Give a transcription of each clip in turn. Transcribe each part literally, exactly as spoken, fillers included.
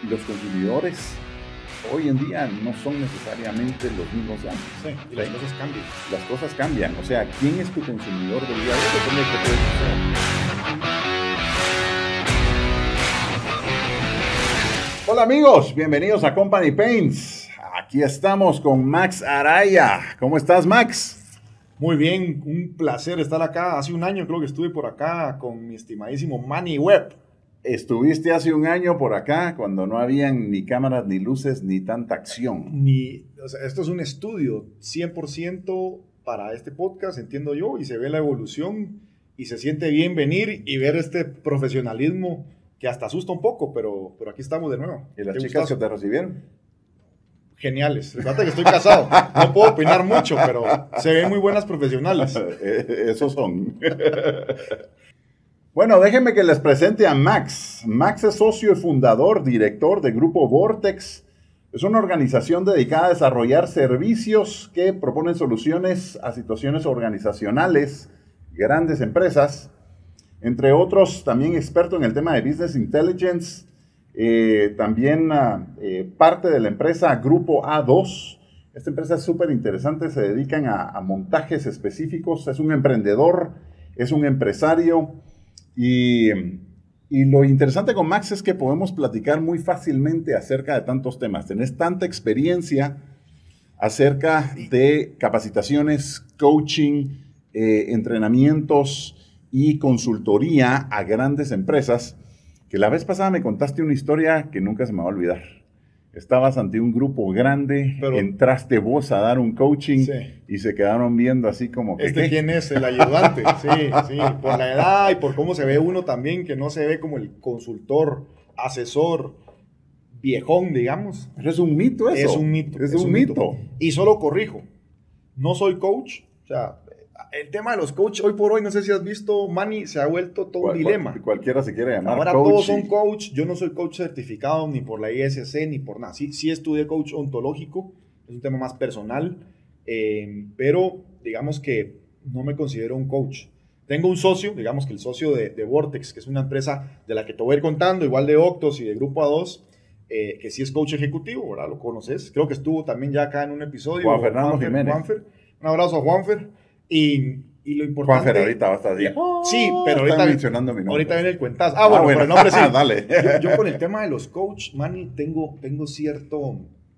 los consumidores hoy en día no son necesariamente los mismos de antes. Sí, y las cosas cambian. Las cosas cambian. O sea, ¿quién es tu consumidor del día de hoy? Depende de qué puedes hacer. Hola amigos, bienvenidos a Company Paints. Aquí estamos con Max Araya. ¿Cómo estás, Max? Muy bien, un placer estar acá. Hace un año creo que estuve por acá con mi estimadísimo Manny Webb. Estuviste hace un año por acá cuando no habían ni cámaras, ni luces, ni tanta acción. Ni, o sea, esto es un estudio cien por ciento para este podcast, entiendo yo, y se ve la evolución y se siente bien venir y ver este profesionalismo que hasta asusta un poco, pero, pero aquí estamos de nuevo. ¿Y las Qué chicas gustazo. que te recibieron? Geniales. Fíjate que estoy casado. No puedo opinar mucho, pero se ven muy buenas profesionales. Esos son. Bueno, déjenme que les presente a Max. Max es socio y fundador, director de Grupo Vortex. Es una organización dedicada a desarrollar servicios que proponen soluciones a situaciones organizacionales, grandes empresas. Entre otros, también experto en el tema de Business Intelligence. Eh, también eh, parte de la empresa Grupo A dos. Esta empresa es súper interesante, se dedican a, a montajes específicos. Es un emprendedor, es un empresario. Y, y lo interesante con Max es que podemos platicar muy fácilmente acerca de tantos temas. Tenés tanta experiencia acerca de capacitaciones, coaching, eh, entrenamientos y consultoría a grandes empresas, que la vez pasada me contaste una historia que nunca se me va a olvidar. Estabas ante un grupo grande, pero entraste vos a dar un coaching, sí, y se quedaron viendo así como que... ¿Este ¿qué? quién es? El ayudante. Sí, sí, por la edad y por cómo se ve uno también, que no se ve como el consultor, asesor, viejón, digamos. Pero es un mito eso. Es un mito. Es, es un, un mito. mito. Y solo corrijo, no soy coach, o sea... El tema de los coaches, hoy por hoy, no sé si has visto, Manny, se ha vuelto todo cual, un dilema. Cual, cualquiera se quiere llamar Ahora coach. todos son coach. Yo no soy coach certificado ni por la I S C ni por nada. Sí, sí estudié coach ontológico, es un tema más personal, eh, pero digamos que no me considero un coach. Tengo un socio, digamos que el socio de, de Vortex, que es una empresa de la que te voy a ir contando, igual de Octos y de Grupo A dos, eh, que sí es coach ejecutivo, ¿verdad? Lo conoces. Creo que estuvo también ya acá en un episodio. Juan Fernando Juanfer, Jiménez. Juanfer. Un abrazo a Juanfer. Y, y lo importante... Juanfer ahorita va a estar bien. Sí, pero ahorita, mencionando mi nombre. Ahorita viene el cuentazo. Ah, bueno, ah, bueno. Por el nombre sí. Dale. Yo, yo con el tema de los coach, Manny, tengo, tengo cierto,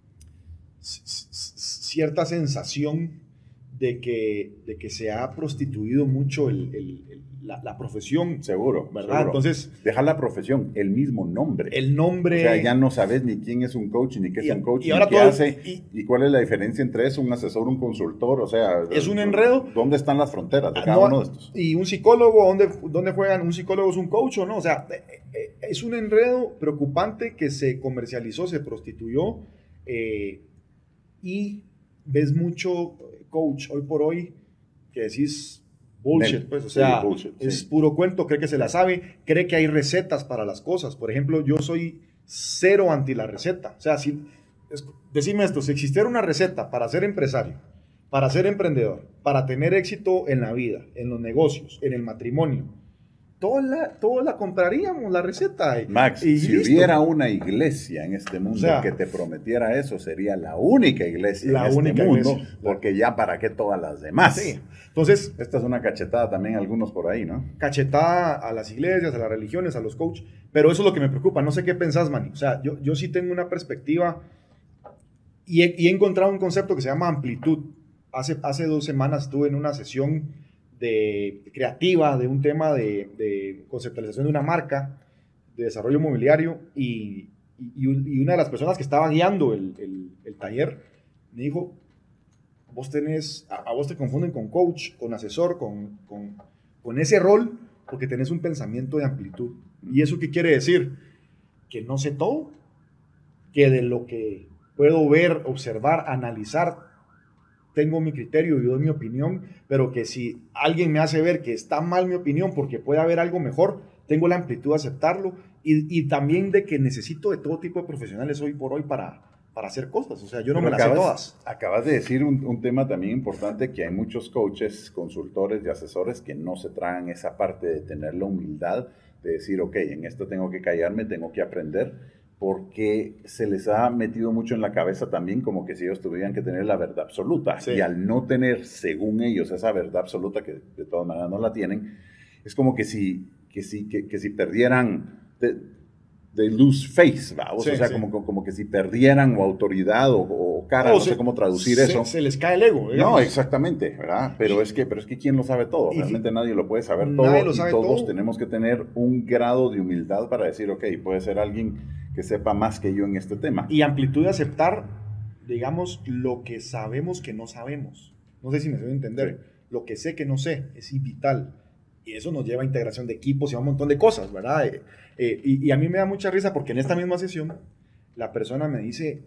cierta sensación de que, de que se ha prostituido mucho el, el, el, la, la profesión. Seguro, ¿verdad? Seguro. Entonces, deja la profesión, el mismo nombre. El nombre. O sea, ya no sabes ni quién es un coach, ni qué es y, un coach, y ahora ni qué todo, hace, y, y cuál es la diferencia entre eso, un asesor, un consultor, o sea... Es un enredo. ¿Dónde están las fronteras de cada no, uno de estos? Y un psicólogo, ¿dónde, ¿dónde juegan? ¿Un psicólogo es un coach o no? O sea, es un enredo preocupante que se comercializó, se prostituyó, eh, y ves mucho coach hoy por hoy que decís bullshit, pues, o sea, sí, bullshit, es sí. puro cuento, cree que se la sabe, cree que hay recetas para las cosas. Por ejemplo, yo soy cero anti la receta. O sea, si, es, decime esto, si existiera una receta para ser empresario, para ser emprendedor, para tener éxito en la vida, en los negocios, en el matrimonio, toda la, toda la compraríamos, la receta. Y, Max, y si listo. hubiera una iglesia en este mundo, o sea, que te prometiera eso, sería la única iglesia la en única este mundo, iglesia. porque ya para qué todas las demás. Sí. Entonces, esta es una cachetada también a algunos por ahí, ¿no? Cachetada a las iglesias, a las religiones, a los coaches, pero eso es lo que me preocupa. No sé qué pensás, Manny. O sea, yo, yo sí tengo una perspectiva y he, y he encontrado un concepto que se llama amplitud. Hace, hace dos semanas estuve en una sesión de creativa de un tema de, de conceptualización de una marca, de desarrollo mobiliario, y, y, y una de las personas que estaba guiando el, el, el taller me dijo, vos tenés, a, a vos te confunden con coach, con asesor, con, con, con ese rol, porque tenés un pensamiento de amplitud. ¿Y eso qué quiere decir? Que no sé todo, que de lo que puedo ver, observar, analizar, tengo mi criterio y doy mi opinión, pero que si alguien me hace ver que está mal mi opinión porque puede haber algo mejor, tengo la amplitud de aceptarlo, y, y también de que necesito de todo tipo de profesionales hoy por hoy para, para hacer cosas. O sea, yo no pero me las sé acabas, todas. Acabas de decir un, un tema también importante, que hay muchos coaches, consultores y asesores que no se tragan esa parte de tener la humildad de decir, ok, en esto tengo que callarme, tengo que aprender, porque se les ha metido mucho en la cabeza también como que si ellos tuvieran que tener la verdad absoluta. Sí. Y al no tener, según ellos, esa verdad absoluta, que de todas maneras no la tienen, es como que si, que si, que, que si perdieran... De, de lose face, ¿va? Sí, o sea, sí. como, como que si perdieran o autoridad o, o cara, no, no se, sé cómo traducir se, eso. Se les cae el ego, digamos. No, exactamente, ¿verdad? Pero, y, es que, pero es que ¿quién lo sabe todo? Realmente nadie lo puede saber todo lo sabe y todos todo. Tenemos que tener un grado de humildad para decir, ok, puede ser alguien que sepa más que yo en este tema. Y amplitud de aceptar, digamos, lo que sabemos que no sabemos. No sé si me doy a entender. Sí. Lo que sé que no sé es vital. Y eso nos lleva a integración de equipos y a un montón de cosas, ¿verdad? Eh, eh, y, y a mí me da mucha risa porque en esta misma sesión la persona me dice,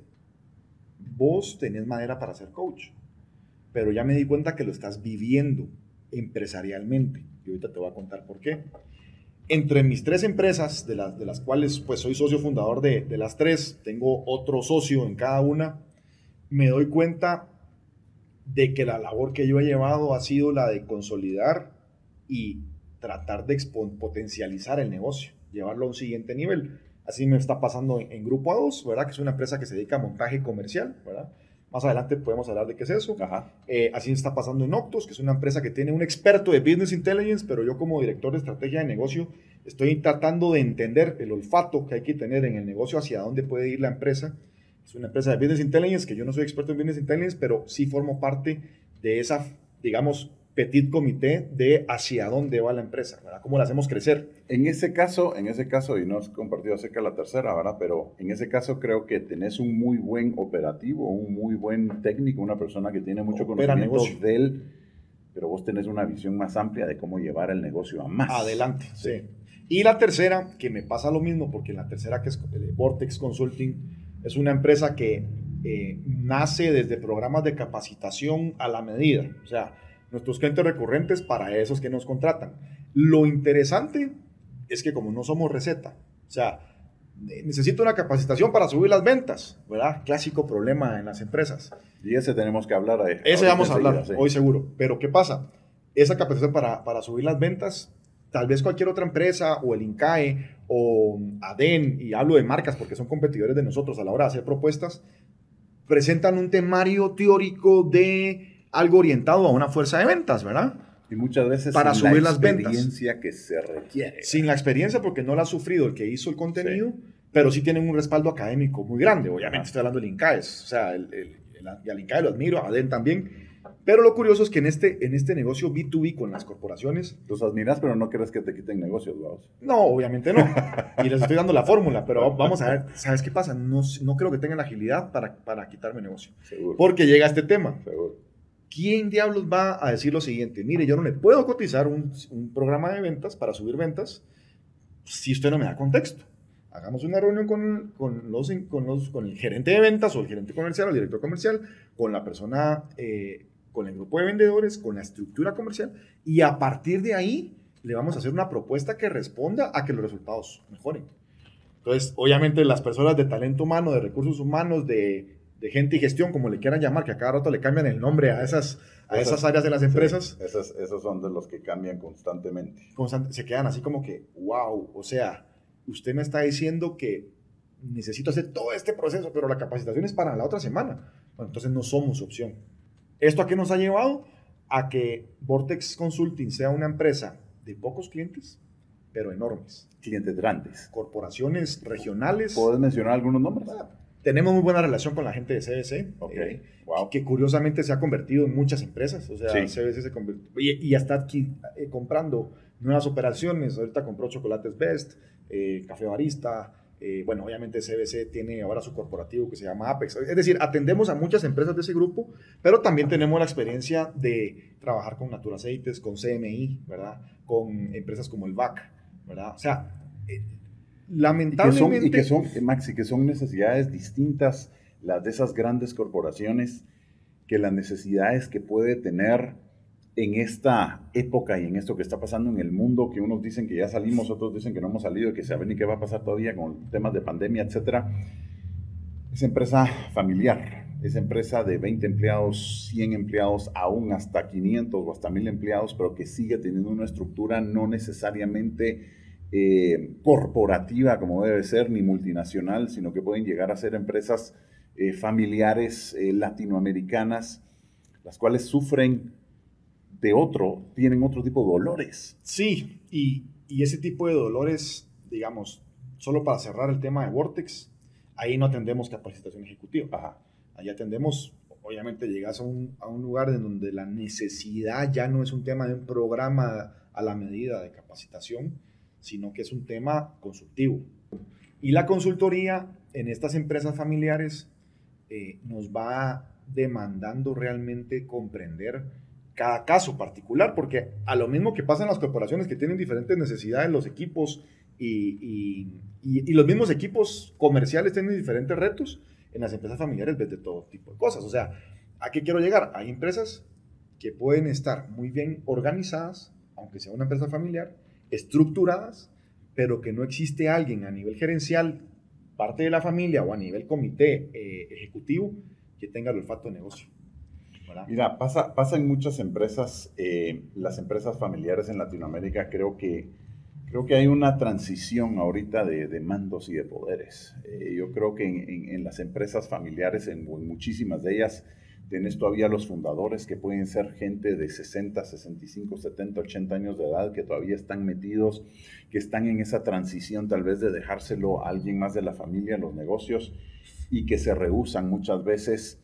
vos tenés madera para ser coach, pero ya me di cuenta que lo estás viviendo empresarialmente. Y ahorita te voy a contar por qué. Entre mis tres empresas, de, la, de las cuales pues soy socio fundador de, de las tres, tengo otro socio en cada una, me doy cuenta de que la labor que yo he llevado ha sido la de consolidar y tratar de potencializar el negocio, llevarlo a un siguiente nivel. Así me está pasando en, en Grupo A dos, ¿verdad? Que es una empresa que se dedica a montaje comercial, ¿verdad? Más adelante podemos hablar de qué es eso. Ajá. Eh, así está pasando en Octos, que es una empresa que tiene un experto de Business Intelligence, pero yo como director de estrategia de negocio estoy tratando de entender el olfato que hay que tener en el negocio, hacia dónde puede ir la empresa. Es una empresa de Business Intelligence, que yo no soy experto en Business Intelligence, pero sí formo parte de esa, digamos, petit comité de hacia dónde va la empresa, ¿verdad? ¿Cómo la hacemos crecer? En ese caso, en ese caso, y no has compartido acerca de la tercera, ¿verdad? Pero en ese caso creo que tenés un muy buen operativo, un muy buen técnico, una persona que tiene mucho Opera conocimiento negocio. de él, pero vos tenés una visión más amplia de cómo llevar el negocio a más. Adelante, sí. sí. Y la tercera, que me pasa lo mismo, porque la tercera, que es Vortex Consulting, es una empresa que eh, nace desde programas de capacitación a la medida, o sea, nuestros clientes recurrentes para esos que nos contratan. Lo interesante es que como no somos receta, o sea, necesito una capacitación para subir las ventas, ¿verdad? Clásico problema en las empresas. Y ese tenemos que hablar ahí. Ese vamos a hablar sí. hoy seguro. Pero ¿qué pasa? Esa capacitación para, para subir las ventas, tal vez cualquier otra empresa o el INCAE o ADEN, y hablo de marcas porque son competidores de nosotros a la hora de hacer propuestas, presentan un temario teórico de algo orientado a una fuerza de ventas, ¿verdad? Y muchas veces para sin subir la las ventas. experiencia que se requiere. Sin la experiencia, porque no la ha sufrido el que hizo el contenido, sí. pero sí tienen un respaldo académico muy grande. Obviamente Ajá. estoy hablando del INCAE, o sea, el, el, el, y al INCAE lo admiro, a ADEN también. Pero lo curioso es que en este, en este negocio B dos B con las corporaciones... Los admiras, pero no crees que te quiten negocios, vamos. No, obviamente no. Y les estoy dando la fórmula, pero vamos a ver, ¿sabes qué pasa? No, no creo que tengan la agilidad para, para quitarme negocio. Seguro. Porque llega este tema. Seguro. ¿Quién diablos va a decir lo siguiente? Mire, yo no le puedo cotizar un, un programa de ventas para subir ventas si usted no me da contexto. Hagamos una reunión con, con, los, con, los, con el gerente de ventas o el gerente comercial o el director comercial, con la persona, eh, con el grupo de vendedores, con la estructura comercial, y a partir de ahí le vamos a hacer una propuesta que responda a que los resultados mejoren. Entonces, obviamente las personas de talento humano, de recursos humanos, de... de gente y gestión, como le quieran llamar, que a cada rato le cambian el nombre a esas, a esas, esas áreas de las empresas. Sí, esos, esos son de los que cambian constantemente. Constant, se quedan así como que, wow, o sea, usted me está diciendo que necesito hacer todo este proceso, pero la capacitación es para la otra semana. Bueno, entonces no somos opción. ¿Esto a qué nos ha llevado? A que Vortex Consulting sea una empresa de pocos clientes, pero enormes. Clientes grandes. Corporaciones regionales. ¿Puedes mencionar algunos nombres? Ah, tenemos muy buena relación con la gente de C B C, okay. eh, wow. que curiosamente se ha convertido en muchas empresas. O sea, sí. C B C se convirtió, y, y ya está aquí eh, comprando nuevas operaciones. Ahorita compró Chocolates Best, eh, Café Barista. Eh, bueno, obviamente C B C tiene ahora su corporativo que se llama Apex. Es decir, atendemos a muchas empresas de ese grupo, pero también tenemos la experiencia de trabajar con Naturaceites, con C M I, ¿verdad? Con empresas como el V A C, ¿verdad? O sea... Eh, lamentablemente y que son, y que son Maxi, que son necesidades distintas las de esas grandes corporaciones que las necesidades que puede tener en esta época y en esto que está pasando en el mundo, que unos dicen que ya salimos, otros dicen que no hemos salido, que saben ni qué va a pasar todavía con temas de pandemia, etcétera. Es empresa familiar, es empresa de veinte empleados, cien empleados, aún hasta quinientos o hasta mil empleados, pero que sigue teniendo una estructura no necesariamente eh, corporativa como debe ser, ni multinacional, sino que pueden llegar a ser empresas eh, familiares eh, latinoamericanas, las cuales sufren de otro, tienen otro tipo de dolores. Sí, y, y ese tipo de dolores, digamos, solo para cerrar el tema de Vortex, ahí no atendemos capacitación ejecutiva. Ajá. Ahí atendemos, obviamente llegas a un, a un lugar en donde la necesidad ya no es un tema de un programa a la medida de capacitación, sino que es un tema consultivo. Y la consultoría en estas empresas familiares eh, nos va demandando realmente comprender cada caso particular, porque a lo mismo que pasa en las corporaciones que tienen diferentes necesidades, los equipos y, y, y, y los mismos equipos comerciales tienen diferentes retos, en las empresas familiares ves de todo tipo de cosas. O sea, ¿a qué quiero llegar? Hay empresas que pueden estar muy bien organizadas, aunque sea una empresa familiar, estructuradas, pero que no existe alguien a nivel gerencial, parte de la familia o a nivel comité eh, ejecutivo que tenga el olfato de negocio. ¿Verdad? Mira, pasa, pasa en muchas empresas, eh, las empresas familiares en Latinoamérica, creo que, creo que hay una transición ahorita de, de mandos y de poderes. Eh, yo creo que en, en, en las empresas familiares, en, en muchísimas de ellas, tienes todavía los fundadores que pueden ser gente de sesenta, sesenta y cinco, setenta, ochenta años de edad que todavía están metidos, que están en esa transición tal vez de dejárselo a alguien más de la familia, los negocios, y que se rehúsan muchas veces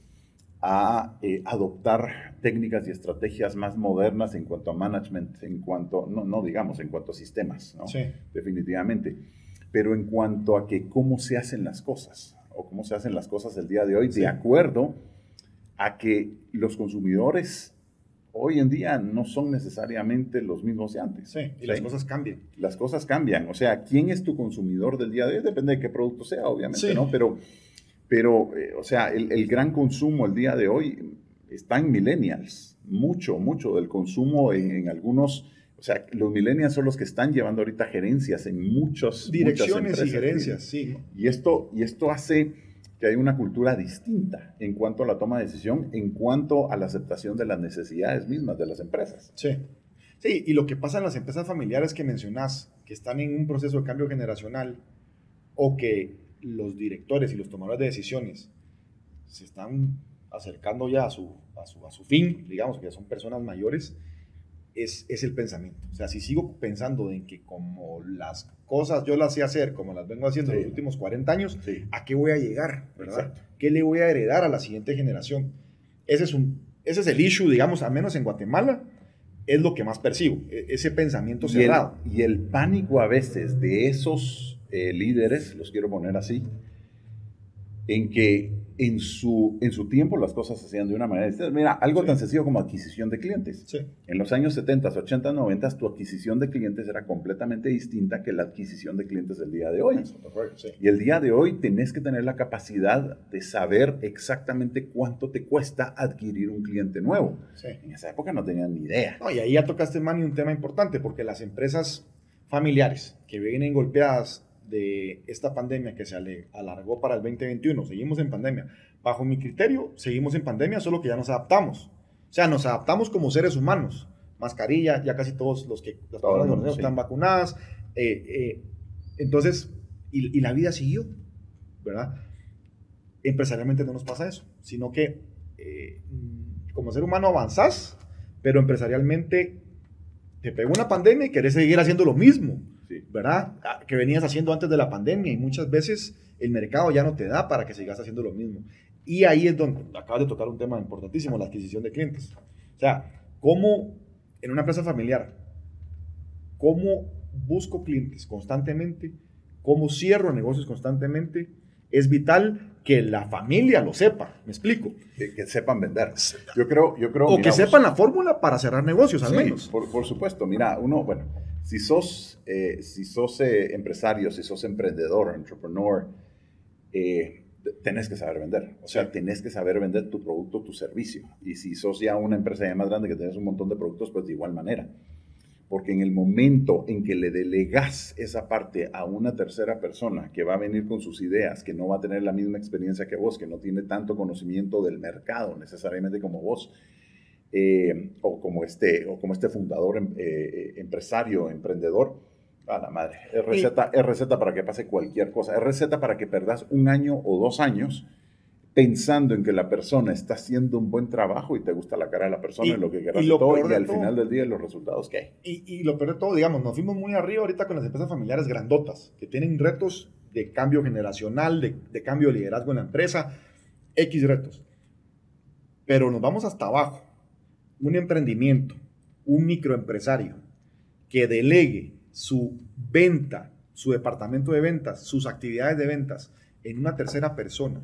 a eh, adoptar técnicas y estrategias más modernas en cuanto a management, en cuanto, no, no digamos, en cuanto a sistemas, ¿no? Sí. Definitivamente, pero en cuanto a que cómo se hacen las cosas, o cómo se hacen las cosas el día de hoy, sí. De acuerdo a que los consumidores hoy en día no son necesariamente los mismos de antes. Sí, y ¿sí? Las cosas cambian. Las cosas cambian, o sea, ¿quién es tu consumidor del día de hoy? Depende de qué producto sea, obviamente, sí. ¿no? Pero... Pero, eh, o sea, el, el gran consumo el día de hoy está en millennials. Mucho, mucho del consumo en, en algunos... O sea, los millennials son los que están llevando ahorita gerencias en muchos, direcciones muchas y gerencias, sí. Y esto, y esto hace que hay una cultura distinta en cuanto a la toma de decisión, en cuanto a la aceptación de las necesidades mismas de las empresas. Sí. Sí, y lo que pasa en las empresas familiares que mencionás, que están en un proceso de cambio generacional, o que los directores y los tomadores de decisiones se están acercando ya a su, a su, a su fin, digamos que ya son personas mayores, es, es el pensamiento. O sea, si sigo pensando en que como las cosas yo las sé hacer, como las vengo haciendo sí. en los últimos cuarenta años, sí. ¿a qué voy a llegar? ¿Verdad? Exacto. ¿Qué le voy a heredar a la siguiente generación? Ese es, un, ese es el issue, digamos, al menos en Guatemala, es lo que más percibo, ese pensamiento cerrado. Y el, y el pánico a veces de esos eh, líderes, los quiero poner así, en que en su, en su tiempo las cosas se hacían de una manera distinta. Mira, algo sí. tan sencillo como adquisición de clientes. Sí. En los años setenta, ochenta, noventa, tu adquisición de clientes era completamente distinta que la adquisición de clientes del día de hoy. Sí. Y el día de hoy tenés que tener la capacidad de saber exactamente cuánto te cuesta adquirir un cliente nuevo. Sí. En esa época no tenían ni idea. No, y ahí ya tocaste, Manny, un tema importante, porque las empresas familiares que vienen golpeadas de esta pandemia que se alargó para el veinte veintiuno, seguimos en pandemia. Bajo mi criterio, seguimos en pandemia, solo que ya nos adaptamos. O sea, nos adaptamos como seres humanos. Mascarilla, ya casi todos los que las personas oh, no, sí. están vacunadas. Eh, eh, entonces, y, y la vida siguió, ¿verdad? Empresarialmente no nos pasa eso, sino que eh, como ser humano avanzás, pero empresarialmente te pegó una pandemia y querés seguir haciendo lo mismo. Sí. ¿Verdad? Que venías haciendo antes de la pandemia y muchas veces el mercado ya no te da para que sigas haciendo lo mismo. Y ahí es donde acabas de tocar un tema importantísimo, la adquisición de clientes. O sea, ¿cómo en una empresa familiar, cómo busco clientes constantemente? ¿Cómo cierro negocios constantemente? Es vital que la familia lo sepa, ¿me explico? Que, que sepan vender. Yo creo, yo creo, o mira, que sepan vos, la fórmula para cerrar negocios, al sí, menos. Por, por supuesto, mira, uno, bueno, si sos, eh, si sos eh, empresario, si sos emprendedor, entrepreneur, eh, tenés que saber vender. O sea, sí. tenés que saber vender tu producto, tu servicio. Y si sos ya una empresa ya más grande que tenés un montón de productos, pues de igual manera. Porque en el momento en que le delegas esa parte a una tercera persona que va a venir con sus ideas, que no va a tener la misma experiencia que vos, que no tiene tanto conocimiento del mercado necesariamente como vos, eh, o, como este, o como este fundador, eh, empresario, emprendedor, A la madre. Es receta, es receta para que pase cualquier cosa. Es receta para que perdas un año o dos años pensando en que la persona está haciendo un buen trabajo y te gusta la cara de la persona y, y lo que quieras y, lo todo, y al todo, final del día los resultados que hay. Y, y lo peor de todo, digamos, nos fuimos muy arriba ahorita con las empresas familiares grandotas, que tienen retos de cambio generacional, de, de cambio de liderazgo en la empresa, X retos. Pero nos vamos hasta abajo. Un emprendimiento, un microempresario que delegue su venta, su departamento de ventas, sus actividades de ventas en una tercera persona,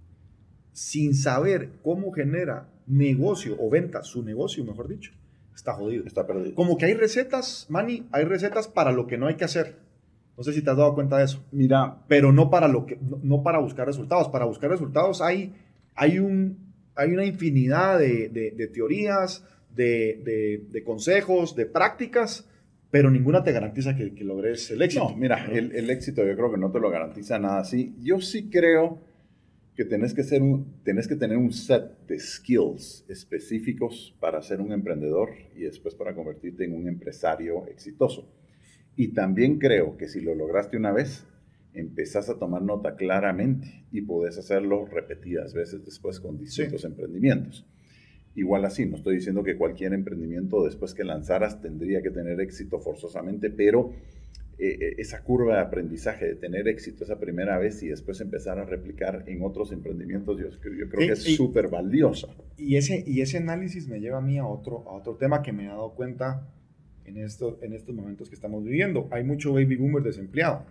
sin saber cómo genera negocio o venta, su negocio, mejor dicho, está jodido. Está perdido. Como que hay recetas, Manny, hay recetas para lo que no hay que hacer. No sé si te has dado cuenta de eso. Mira, pero no para, lo que, no, no para buscar resultados. Para buscar resultados hay, hay, un, hay una infinidad de, de, de teorías, de, de, de consejos, de prácticas, pero ninguna te garantiza que, que logres el éxito. No, mira, el, el éxito yo creo que no te lo garantiza nada así. Yo sí creo que tenés que, ser un, tenés que tener un set de skills específicos para ser un emprendedor y después para convertirte en un empresario exitoso. Y también creo que si lo lograste una vez, empezás a tomar nota claramente y podés hacerlo repetidas veces después con distintos sí. emprendimientos. Igual así, no estoy diciendo que cualquier emprendimiento después que lanzaras tendría que tener éxito forzosamente, pero eh, esa curva de aprendizaje de tener éxito esa primera vez y después empezar a replicar en otros emprendimientos, yo, yo creo sí, que es súper valiosa. Y ese, y ese análisis me lleva a mí a otro, a otro tema que me he dado cuenta en, esto, en estos momentos que estamos viviendo. Hay mucho baby boomer desempleado.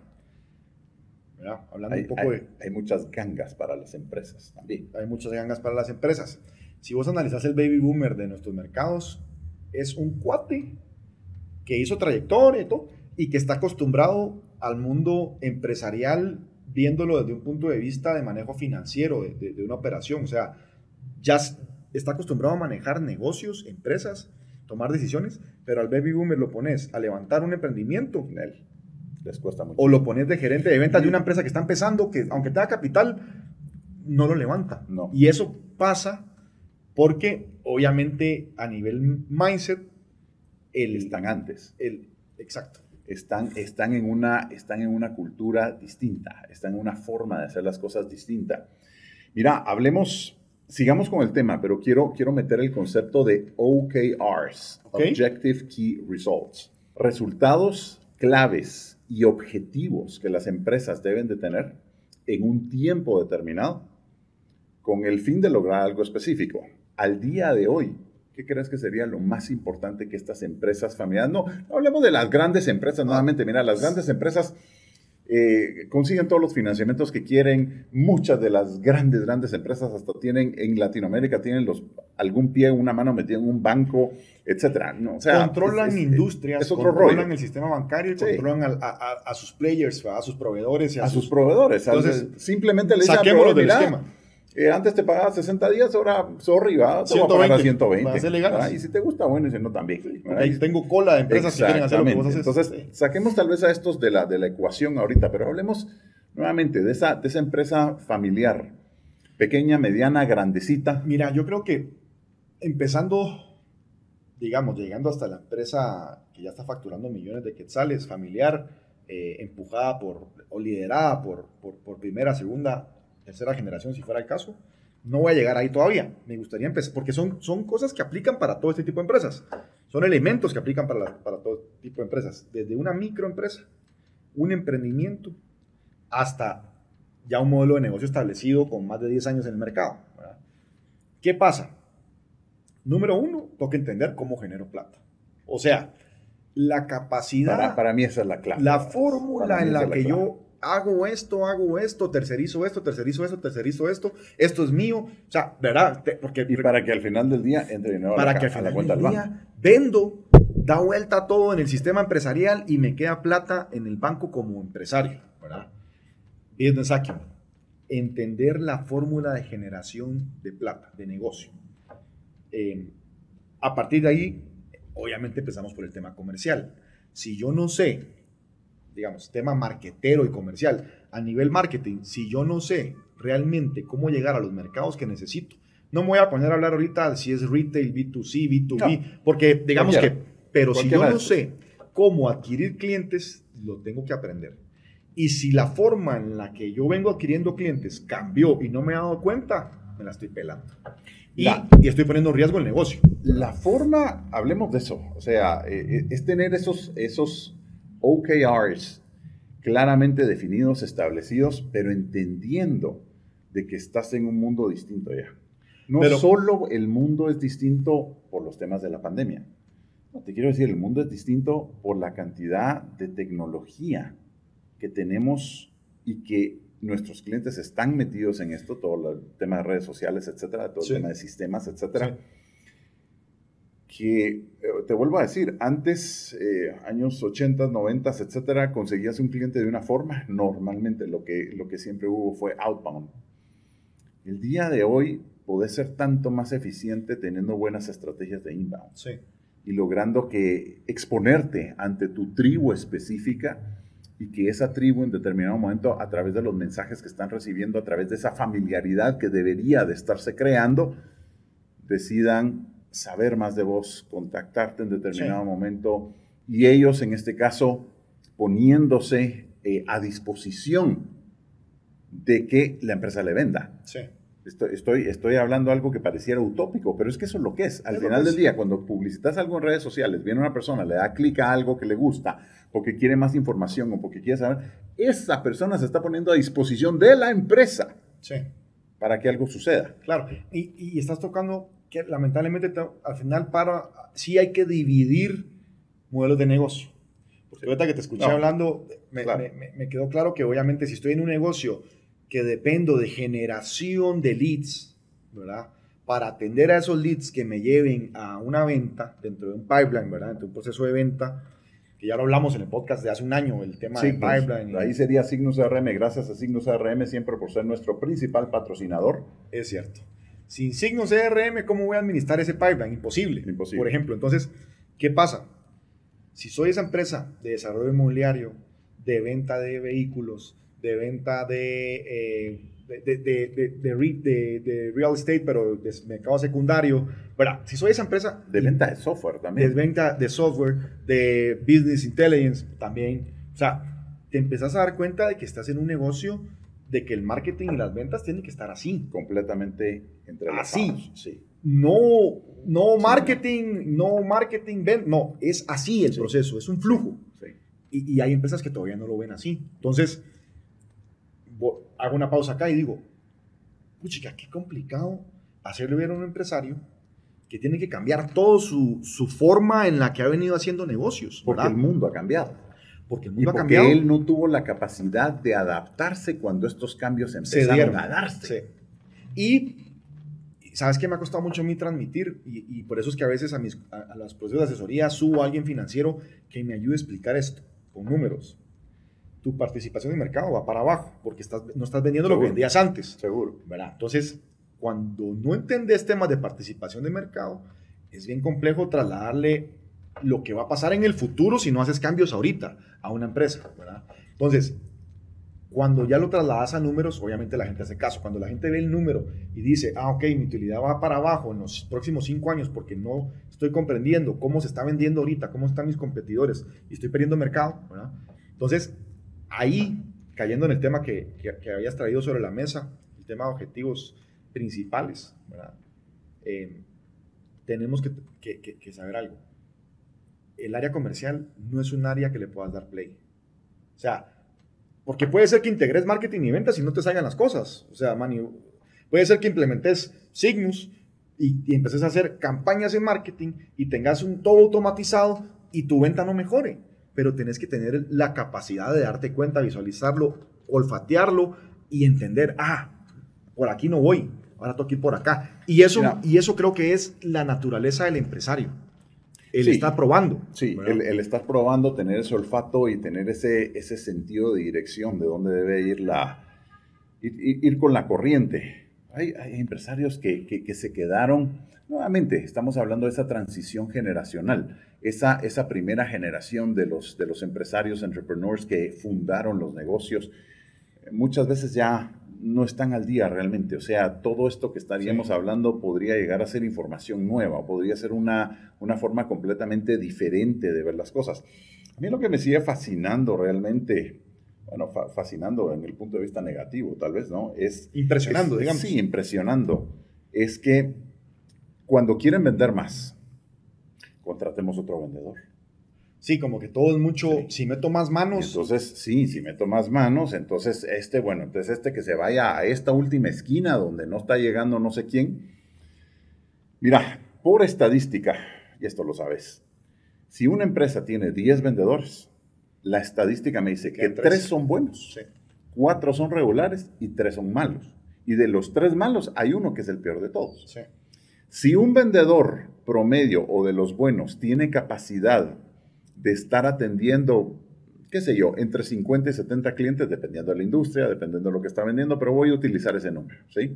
¿Verdad? Hablando hay, un poco hay, de... Hay muchas gangas para las empresas también. Hay muchas gangas para las empresas. Si vos analizás el baby boomer de nuestros mercados, es un cuate que hizo trayectoria y todo, y que está acostumbrado al mundo empresarial, viéndolo desde un punto de vista de manejo financiero, de, de, de una operación. O sea, ya está acostumbrado a manejar negocios, empresas, tomar decisiones, pero al baby boomer lo pones a levantar un emprendimiento, él les cuesta mucho. O lo pones de gerente de ventas de una empresa que está empezando, que aunque tenga capital, no lo levanta. No. Y eso pasa porque, obviamente, a nivel mindset, el, están antes. El, exacto. Están, están, en una, están en una cultura distinta, están en una forma de hacer las cosas distinta. Mira, hablemos, sigamos con el tema, pero quiero, quiero meter el concepto de O K Rs, okay. Objective Key Results. Resultados claves y objetivos que las empresas deben de tener en un tiempo determinado con el fin de lograr algo específico. Al día de hoy, ¿qué crees que sería lo más importante que estas empresas familiares? No, no hablemos de las grandes empresas nuevamente. Mira, las grandes empresas eh, consiguen todos los financiamientos que quieren. Muchas de las grandes, grandes empresas hasta tienen, en Latinoamérica, tienen los, algún pie, una mano metida en un banco, etcétera. No, o sea, controlan es, es, industrias, es otro controlan rollo. El sistema bancario y sí. controlan a, a, a sus players, a sus proveedores. Y a, a sus, sus proveedores. Entonces, simplemente le dicen, saquémoslo del esquema. Eh, antes te pagaba sesenta días, ahora sorry, va, te voy a pagar a ciento veinte. Y si te gusta, bueno, y si no, también. Ahí tengo cola de empresas que quieren hacer lo que vos haces. Entonces, sí. saquemos tal vez a estos de la, de la ecuación ahorita, pero hablemos nuevamente de esa, de esa empresa familiar, pequeña, mediana, grandecita. Mira, yo creo que empezando, digamos, llegando hasta la empresa que ya está facturando millones de quetzales, familiar, eh, empujada por, o liderada por, por, por primera, segunda, tercera generación, si fuera el caso, no voy a llegar ahí todavía. Me gustaría empezar, porque son, son cosas que aplican para todo este tipo de empresas. Son elementos que aplican para, la, para todo tipo de empresas. Desde una microempresa, un emprendimiento, hasta ya un modelo de negocio establecido con más de diez años en el mercado, ¿verdad? ¿Qué pasa? Número uno, toca entender cómo genero plata. O sea, la capacidad... Para, para mí esa es la clave. La fórmula en la, la que clave. yo... hago esto, hago esto, tercerizo esto, tercerizo esto, tercerizo esto, esto es mío, o sea, ¿verdad? Porque, y para que al final del día entre dinero para a la, que al final a la cuenta del del día banco. Vendo, da vuelta todo en el sistema empresarial y me queda plata en el banco como empresario, ¿verdad? Business acumen. Entender la fórmula de generación de plata, de negocio. Eh, a partir de ahí, obviamente empezamos por el tema comercial. Si yo no sé, digamos, tema marketero y comercial, a nivel marketing, si yo no sé realmente cómo llegar a los mercados que necesito, no me voy a poner a hablar ahorita si es retail, B dos C, B dos B, no, porque digamos cualquiera, que, pero si yo no sé cómo adquirir clientes, lo tengo que aprender. Y si la forma en la que yo vengo adquiriendo clientes cambió y no me he dado cuenta, me la estoy pelando. Y, la, y estoy poniendo en riesgo el negocio. La forma, hablemos de eso, o sea, eh, es tener esos, esos O K Rs claramente definidos, establecidos, pero entendiendo de que estás en un mundo distinto ya. No pero, solo el mundo es distinto por los temas de la pandemia. No, te quiero decir, el mundo es distinto por la cantidad de tecnología que tenemos y que nuestros clientes están metidos en esto, todo el tema de redes sociales, etcétera, todo sí. el tema de sistemas, etcétera. Sí. Que, te vuelvo a decir, antes, eh, años ochenta, noventa, etcétera, conseguías un cliente de una forma, normalmente lo que, lo que siempre hubo fue outbound. El día de hoy podés ser tanto más eficiente teniendo buenas estrategias de inbound. Sí. Y logrando que exponerte ante tu tribu específica y que esa tribu en determinado momento, a través de los mensajes que están recibiendo, a través de esa familiaridad que debería de estarse creando, decidan saber más de vos, contactarte en determinado sí. momento, y ellos en este caso poniéndose eh, a disposición de que la empresa le venda. Sí. Estoy, estoy, estoy hablando algo que pareciera utópico, pero es que eso es lo que es. Al es final del día, cuando publicitas algo en redes sociales, viene una persona, le da clic a algo que le gusta, porque quiere más información o porque quiere saber, esa persona se está poniendo a disposición de la empresa sí. para que algo suceda. Claro, y, y estás tocando que lamentablemente te, al final para, sí hay que dividir modelos de negocio. Porque ahorita que te escuché no, hablando, me, claro. me, me, me quedó claro que obviamente si estoy en un negocio que dependo de generación de leads, ¿verdad? Para atender a esos leads que me lleven a una venta dentro de un pipeline, ¿verdad? Dentro de un proceso de venta, que ya lo hablamos en el podcast de hace un año, el tema sí, de pipeline. Pues, ahí sería Signus C R M, gracias a Signus C R M siempre por ser nuestro principal patrocinador. Es cierto. Sin Signus C R M, ¿cómo voy a administrar ese pipeline? Imposible. Imposible. Por ejemplo, entonces, ¿qué pasa? Si soy esa empresa de desarrollo inmobiliario, de venta de vehículos, de venta de, eh, de, de, de, de, de, de, de real estate, pero de mercado secundario, ¿verdad? Si soy esa empresa... De venta de software también. De venta de software, de business intelligence también. O sea, te empezás a dar cuenta de que estás en un negocio de que el marketing y las ventas tienen que estar así. Completamente entrelazados. Así. Sí. No, no marketing, sí. no marketing, ven, no, es así el sí. proceso, es un flujo. Sí. Y, y hay empresas que todavía no lo ven así. Entonces, hago una pausa acá y digo, puchica, qué complicado hacerle ver a un empresario que tiene que cambiar toda su, su forma en la que ha venido haciendo negocios. Porque ¿verdad? el mundo ha cambiado. Porque el mundo y ha porque cambiado. él no tuvo la capacidad de adaptarse cuando estos cambios empezaron dieron, a darse. Sí. Y, ¿sabes qué me ha costado mucho a mí transmitir? Y, y por eso es que a veces a, mis, a, a los procesos de asesoría subo a alguien financiero que me ayude a explicar esto con números. Tu participación en el mercado va para abajo porque estás, no estás vendiendo Seguro. Lo que vendías antes. Seguro. ¿Verdad? Entonces, cuando no entendés temas de participación de mercado, es bien complejo trasladarle lo que va a pasar en el futuro si no haces cambios ahorita a una empresa, ¿verdad? Entonces, cuando ya lo trasladas a números, obviamente la gente hace caso. Cuando la gente ve el número y dice, ah, ok, mi utilidad va para abajo en los próximos cinco años porque no estoy comprendiendo cómo se está vendiendo ahorita, cómo están mis competidores y estoy perdiendo mercado, ¿verdad? Entonces, ahí, cayendo en el tema que, que, que habías traído sobre la mesa, el tema de objetivos principales, ¿verdad? Eh, tenemos que, que, que, que saber algo. El área comercial no es un área que le puedas dar play. O sea, porque puede ser que integres marketing y ventas y no te salgan las cosas. O sea, Manny, puede ser que implementes Signus y, y empeces a hacer campañas en marketing y tengas un todo automatizado y tu venta no mejore. Pero tenés que tener la capacidad de darte cuenta, visualizarlo, olfatearlo y entender, ah, por aquí no voy, ahora tengo que ir por acá. Y eso, y eso creo que es la naturaleza del empresario. El sí, estar probando. Sí, el, el estar probando, tener ese olfato y tener ese, ese sentido de dirección, de dónde debe ir, la, ir, ir con la corriente. Hay, hay empresarios que, que, que se quedaron, nuevamente, estamos hablando de esa transición generacional, esa, esa primera generación de los, de los empresarios, entrepreneurs que fundaron los negocios, muchas veces ya no están al día realmente. O sea, todo esto que estaríamos sí. hablando podría llegar a ser información nueva, podría ser una, una forma completamente diferente de ver las cosas. A mí lo que me sigue fascinando realmente, bueno, fa fascinando en el punto de vista negativo, tal vez, ¿no? Es impresionando, es, digamos. Sí, impresionando. Es que cuando quieren vender más, contratemos otro vendedor. Sí, como que todo es mucho, sí. Si meto más manos. Y entonces, sí, si meto más manos, entonces este, bueno, entonces este que se vaya a esta última esquina donde no está llegando no sé quién. Mira, por estadística, y esto lo sabes, si una empresa tiene diez vendedores, la estadística me dice que tres son buenos, sí. cuatro son regulares y tres son malos. Y de los tres malos hay uno que es el peor de todos. Sí. Si un vendedor promedio o de los buenos tiene capacidad de estar atendiendo, qué sé yo, entre cincuenta y setenta clientes, dependiendo de la industria, dependiendo de lo que está vendiendo, pero voy a utilizar ese número, ¿sí?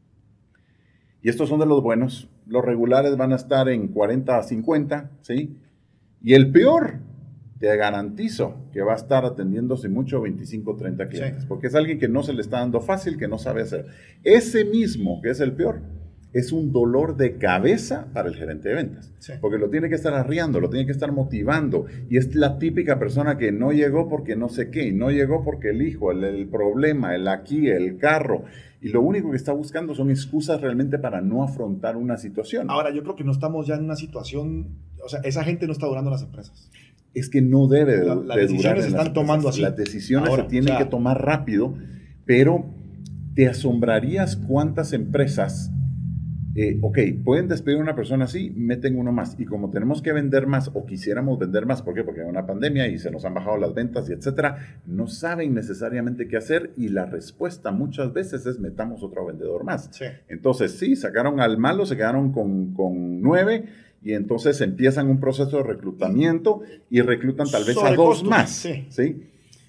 Y estos son de los buenos. Los regulares van a estar en cuarenta a cincuenta, ¿sí? Y el peor, te garantizo que va a estar atendiéndose mucho veinticinco o treinta clientes, sí. Porque es alguien que no se le está dando fácil, que no sabe hacer. Ese mismo, que es el peor, es un dolor de cabeza para el gerente de ventas, sí. Porque lo tiene que estar arriando, lo tiene que estar motivando, y es la típica persona que no llegó porque no sé qué, no llegó porque el hijo, el, el problema, el aquí, el carro, y lo único que está buscando son excusas realmente para no afrontar una situación. Ahora, yo creo que no estamos ya en una situación, o sea, esa gente no está durando en las empresas. Es que no debe de, la, de las decisiones se están tomando así. Las decisiones Ahora, se tienen o sea, que tomar rápido, pero te asombrarías cuántas empresas... Eh, ok, pueden despedir a una persona así, meten uno más. Y como tenemos que vender más o quisiéramos vender más, ¿por qué? Porque hay una pandemia y se nos han bajado las ventas y etcétera, no saben necesariamente qué hacer y la respuesta muchas veces es metamos otro vendedor más. Sí. Entonces, sí, sacaron al malo, se quedaron con, con nueve y entonces empiezan un proceso de reclutamiento y reclutan tal vez Sobre a dos costos, más. Sí. ¿Sí?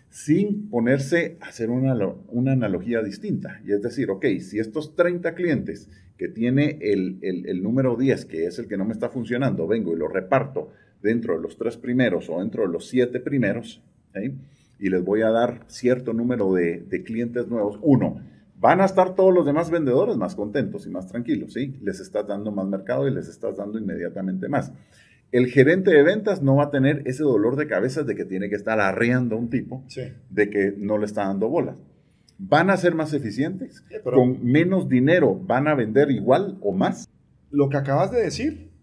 Sin ponerse a hacer una, una analogía distinta. Y es decir, ok, si estos treinta clientes que tiene el, el, el número diez, que es el que no me está funcionando, vengo y lo reparto dentro de los tres primeros o dentro de los siete primeros, ¿sí? Y les voy a dar cierto número de, de clientes nuevos. Uno, van a estar todos los demás vendedores más contentos y más tranquilos, ¿sí? Les estás dando más mercado y les estás dando inmediatamente más. El gerente de ventas no va a tener ese dolor de cabeza de que tiene que estar arreando a un tipo, sí. De que no le está dando bolas. ¿Van a ser más eficientes? Sí, pero ¿con menos dinero van a vender igual o más? Lo que acabas de decir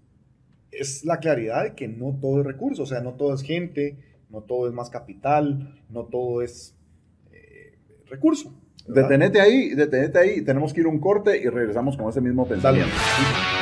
es la claridad de que no todo es recurso, o sea, no todo es gente, no todo es más capital, no todo es eh, recurso. ¿Verdad? Detenete ahí, detenete ahí, tenemos que ir a un corte y regresamos con ese mismo pensamiento. Dale.